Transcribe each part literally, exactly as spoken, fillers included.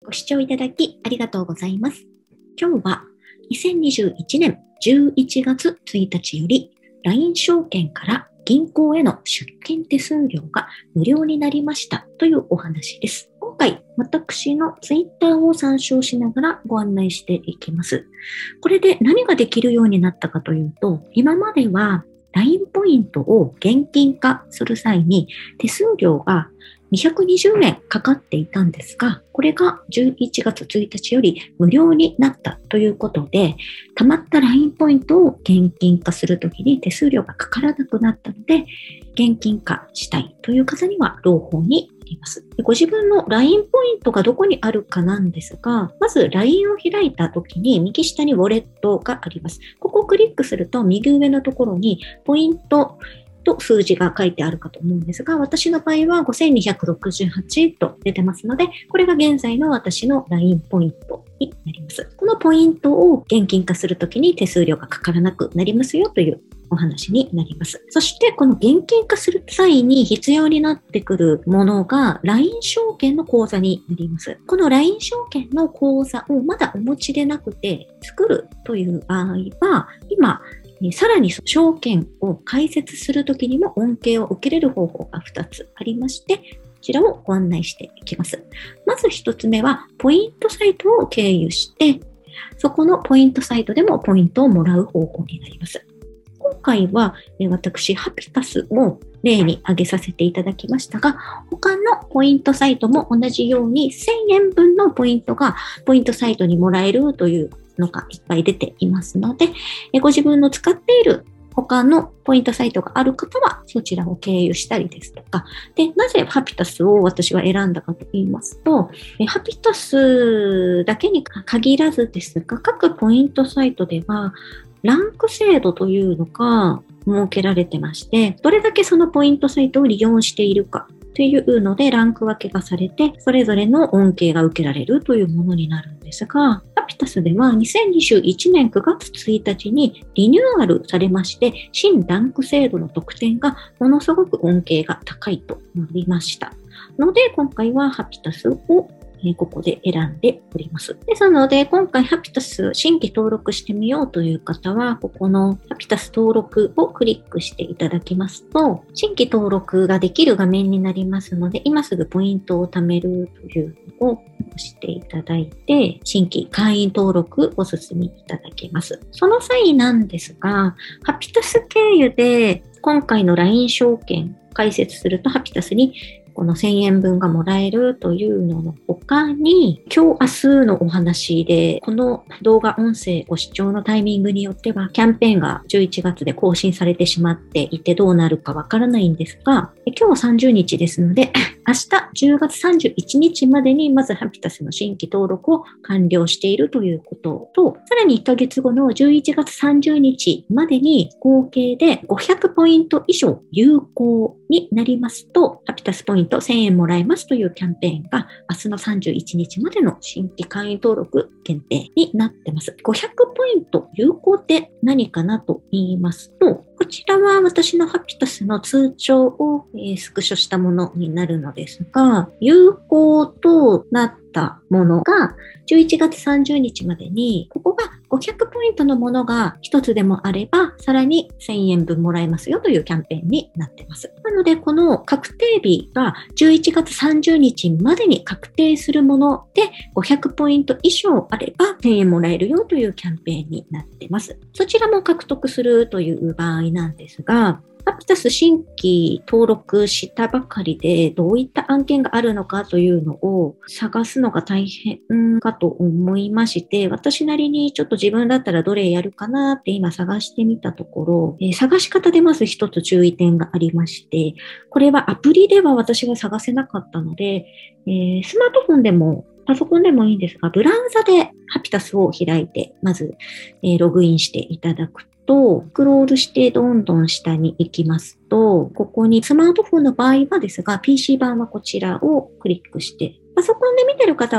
ご視聴いただきありがとうございます。今日はにせんにじゅういちねんじゅういちがつついたちより ライン 証券から銀行への出金手数料が無料になりましたというお話です。今回私のツイッターを参照しながらご案内していきます。これで何ができるようになったかというと、今までは ライン ポイントを現金化する際に手数料がにひゃくにじゅうえんかかっていたんですが、これがじゅういちがつついたちより無料になったということで、貯まった ライン ポイントを現金化するときに手数料がかからなくなったので、現金化したいという方には朗報になります。ご自分の ライン ポイントがどこにあるかなんですが、まず ライン を開いたときに右下にウォレットがあります。ここをクリックすると右上のところにポイントと数字が書いてあるかと思うんですが、私の場合はごせんにひゃくろくじゅうはちと出てますので、これが現在の私の ライン ポイントになります。このポイントを現金化するときに手数料がかからなくなりますよというお話になります。そしてこの現金化する際に必要になってくるものが ライン 証券の口座になります。この ライン 証券の口座をまだお持ちでなくて作るという場合は、今さらに証券を開設するときにも恩恵を受けれる方法がふたつありまして、こちらをご案内していきます。まずひとつめは、ポイントサイトを経由して、そこのポイントサイトでもポイントをもらう方法になります。今回は私、ハピタスを例に挙げさせていただきましたが、他のポイントサイトも同じようにせんえんぶんのポイントがポイントサイトにもらえるというのがいっぱい出ていますので、ご自分の使っている他のポイントサイトがある方はそちらを経由したりですとか、で、なぜハピタスを私は選んだかと言いますと、ハピタスだけに限らずですが、各ポイントサイトではランク制度というのが設けられてまして、どれだけそのポイントサイトを利用しているかというのでランク分けがされて、それぞれの恩恵が受けられるというものになるんですが、ハピタスではにせんにじゅういちねんくがつついたちにリニューアルされまして、新ランク制度の特典がものすごく恩恵が高いとなりましたので、今回はハピタスをここで選んでおります。ですので、今回ハピタス新規登録してみようという方は、ここのハピタス登録をクリックしていただきますと、新規登録ができる画面になりますので、今すぐポイントを貯めるというのを押していただいて、新規会員登録をお進みいただけます。その際なんですが、ハピタス経由で今回の ライン 証券開設するとハピタスにこのせんえんぶんがもらえるというのの他に、今日明日のお話で、この動画音声ご視聴のタイミングによっては、キャンペーンがじゅういちがつで更新されてしまっていてどうなるかわからないんですが、今日さんじゅうにちですので、明日じゅうがつさんじゅういちにちまでにまずハピタスの新規登録を完了しているということと、さらにいっかげつごのじゅういちがつさんじゅうにちまでに合計でごひゃくポイント以上有効になりますと、ハピタスポイントせんえんもらえますというキャンペーンが明日のさんじゅういちにちまでの新規会員登録限定になってます。ごひゃくポイント有効って何かなと言いますと、こちらは私のハピタスの通帳をスクショしたものになるのですが、有効となったものがじゅういちがつさんじゅうにちまでに、ここがごひゃくポイントのものが一つでもあれば、さらにせんえんぶんもらえますよというキャンペーンになっています。なので、この確定日がじゅういちがつさんじゅうにちまでに確定するもので、ごひゃくポイント以上あればせんえんもらえるよというキャンペーンになっています。そちらも獲得するという場合なんですが、ハピタス新規登録したばかりでどういった案件があるのかというのを探すのが大変かと思いまして、私なりにちょっと自分だったらどれやるかなって今探してみたところ、えー、探し方でまず一つ注意点がありまして、これはアプリでは私が探せなかったので、えー、スマートフォンでもパソコンでもいいんですが、ブラウザでハピタスを開いて、まず、えー、ログインしていただくと、スクロールしてどんどん下に行きますと、ここにスマートフォンの場合はですが、ピーシー 版はこちらをクリックして、パソコンで見てる方は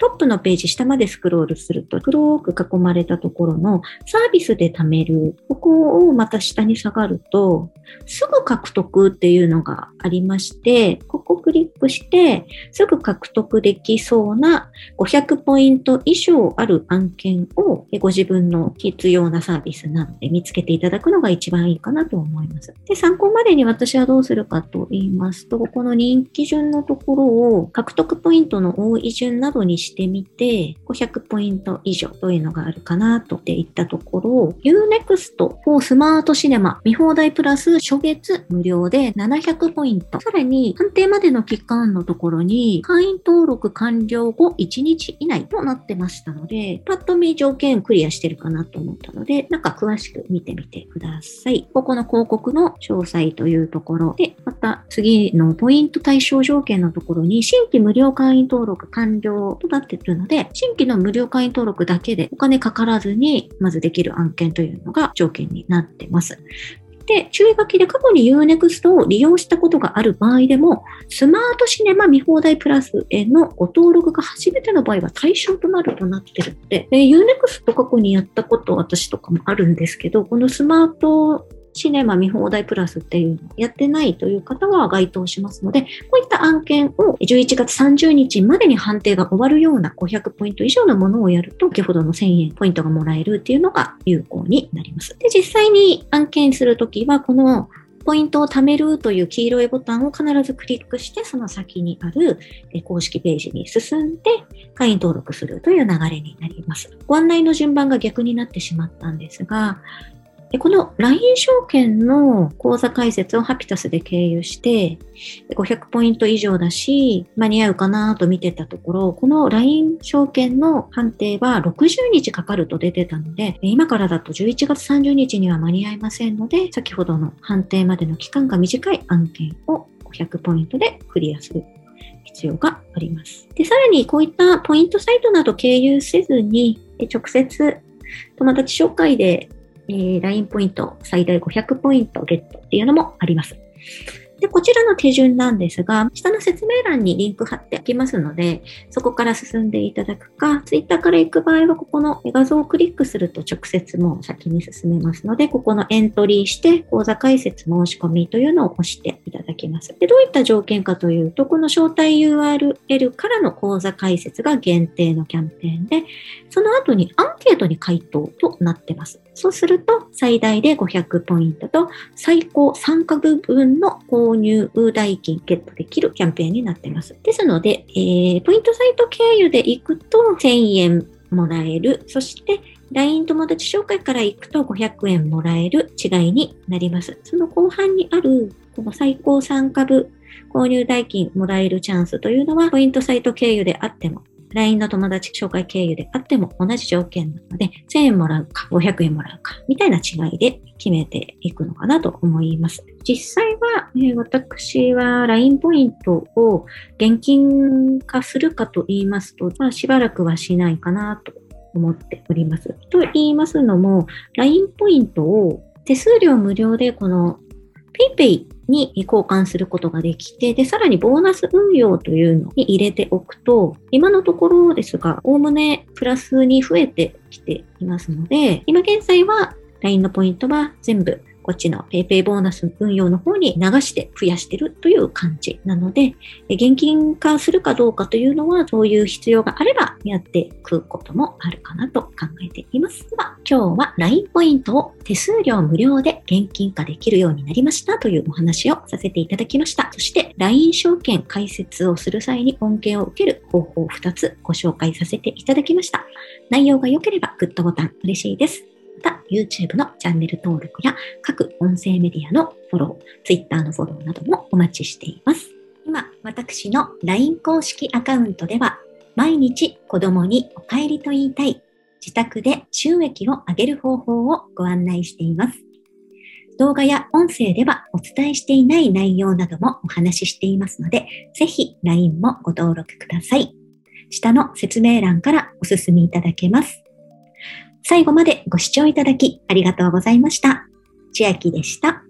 トップのページ下までスクロールすると黒く囲まれたところのサービスで貯める、ここをまた下に下がるとすぐ獲得っていうのがありまして、ここをクリックしてすぐ獲得できそうなごひゃくポイント以上ある案件をご自分の必要なサービスなので見つけていただくのが一番いいかなと思います。で、参考までに私はどうするかと言いますと、この人気順のところを獲得ポイントの多い順などにしてみて、ごひゃくポイント以上というのがあるかなといったところ、ユーネクスト for スマートシネマ見放題プラス初月無料でななひゃくポイント。さらに判定までの期間のところに会員登録完了後いちにち以内となってましたので、パッと見条件クリアしてるかなと思ったので、なんか詳しく見てみてください。ここの広告の詳細というところで、また次のポイント対象条件のところに新規無料会員登録完了となっているので、新規の無料会員登録だけでお金かからずにまずできる案件というのが条件になってます。で、注意書きで過去に ユーネクスト を利用したことがある場合でも、スマートシネマ見放題プラスへのご登録が初めての場合は対象となるとなってるので、ユーネクスト 過去にやったこと私とかもあるんですけど、このスマートシネマ見放題プラスっていうのをやってないという方は該当しますので、こういった案件をじゅういちがつさんじゅうにちまでに判定が終わるようなごひゃくポイント以上のものをやると、先ほどのせんえんポイントがもらえるっていうのが有効になります。で、実際に案件するときは、このポイントを貯めるという黄色いボタンを必ずクリックして、その先にある公式ページに進んで会員登録するという流れになります。ご案内の順番が逆になってしまったんですが、この ライン 証券の口座開設をハピタスで経由してごひゃくポイント以上だし間に合うかなと見てたところ、この ライン 証券の判定はろくじゅうにちかかると出てたので、今からだとじゅういちがつさんじゅうにちには間に合いませんので、先ほどの判定までの期間が短い案件をごひゃくポイントでクリアする必要があります。で、さらにこういったポイントサイトなど経由せずに直接友達紹介でえー、ライン ポイント最大ごひゃくポイントゲットっていうのもあります。で、こちらの手順なんですが、下の説明欄にリンク貼っておきますので、そこから進んでいただくか、ツイッターから行く場合は、ここの画像をクリックすると直接もう先に進めますので、ここのエントリーして、口座開設申し込みというのを押していただきます。で、どういった条件かというと、この招待 ユーアールエル からの口座開設が限定のキャンペーンで、その後にアンケートに回答となってます。そうすると、最大でごひゃくポイントと最高さんかげつぶんの購入代金ゲットできるキャンペーンになっています。ですので、えー、ポイントサイト経由で行くとせんえんもらえる。そして、ライン 友達紹介から行くとごひゃくえんもらえる違いになります。その後半にある、この最高さんかぶ購入代金もらえるチャンスというのは、ポイントサイト経由であっても、ライン の友達紹介経由であっても同じ条件なので、せんえんもらうかごひゃくえんもらうかみたいな違いで決めていくのかなと思います。実際は、えー、私は ライン ポイントを現金化するかと言いますと、まあ、しばらくはしないかなと思っております。と言いますのも、ライン ポイントを手数料無料でこの PayPayに交換することができて、で、さらにボーナス運用というのに入れておくと、今のところですが、おおむねプラスに増えてきていますので、今現在は ライン のポイントは全部こっちの PayPay ボーナス運用の方に流して増やしているという感じなので、現金化するかどうかというのは、そういう必要があればやっていくこともあるかなと考えています。では、今日は ライン ポイントを手数料無料で現金化できるようになりましたというお話をさせていただきました。そして ライン 証券開設をする際に恩恵を受ける方法をふたつご紹介させていただきました。内容が良ければグッドボタン嬉しいです。また YouTube のチャンネル登録や各音声メディアのフォロー、Twitter のフォローなどもお待ちしています。今、私の ライン 公式アカウントでは毎日子供にお帰りと言いたい自宅で収益を上げる方法をご案内しています。動画や音声ではお伝えしていない内容などもお話ししていますので、ぜひ ライン もご登録ください。下の説明欄からお進みいただけます。最後までご視聴いただきありがとうございました。千秋でした。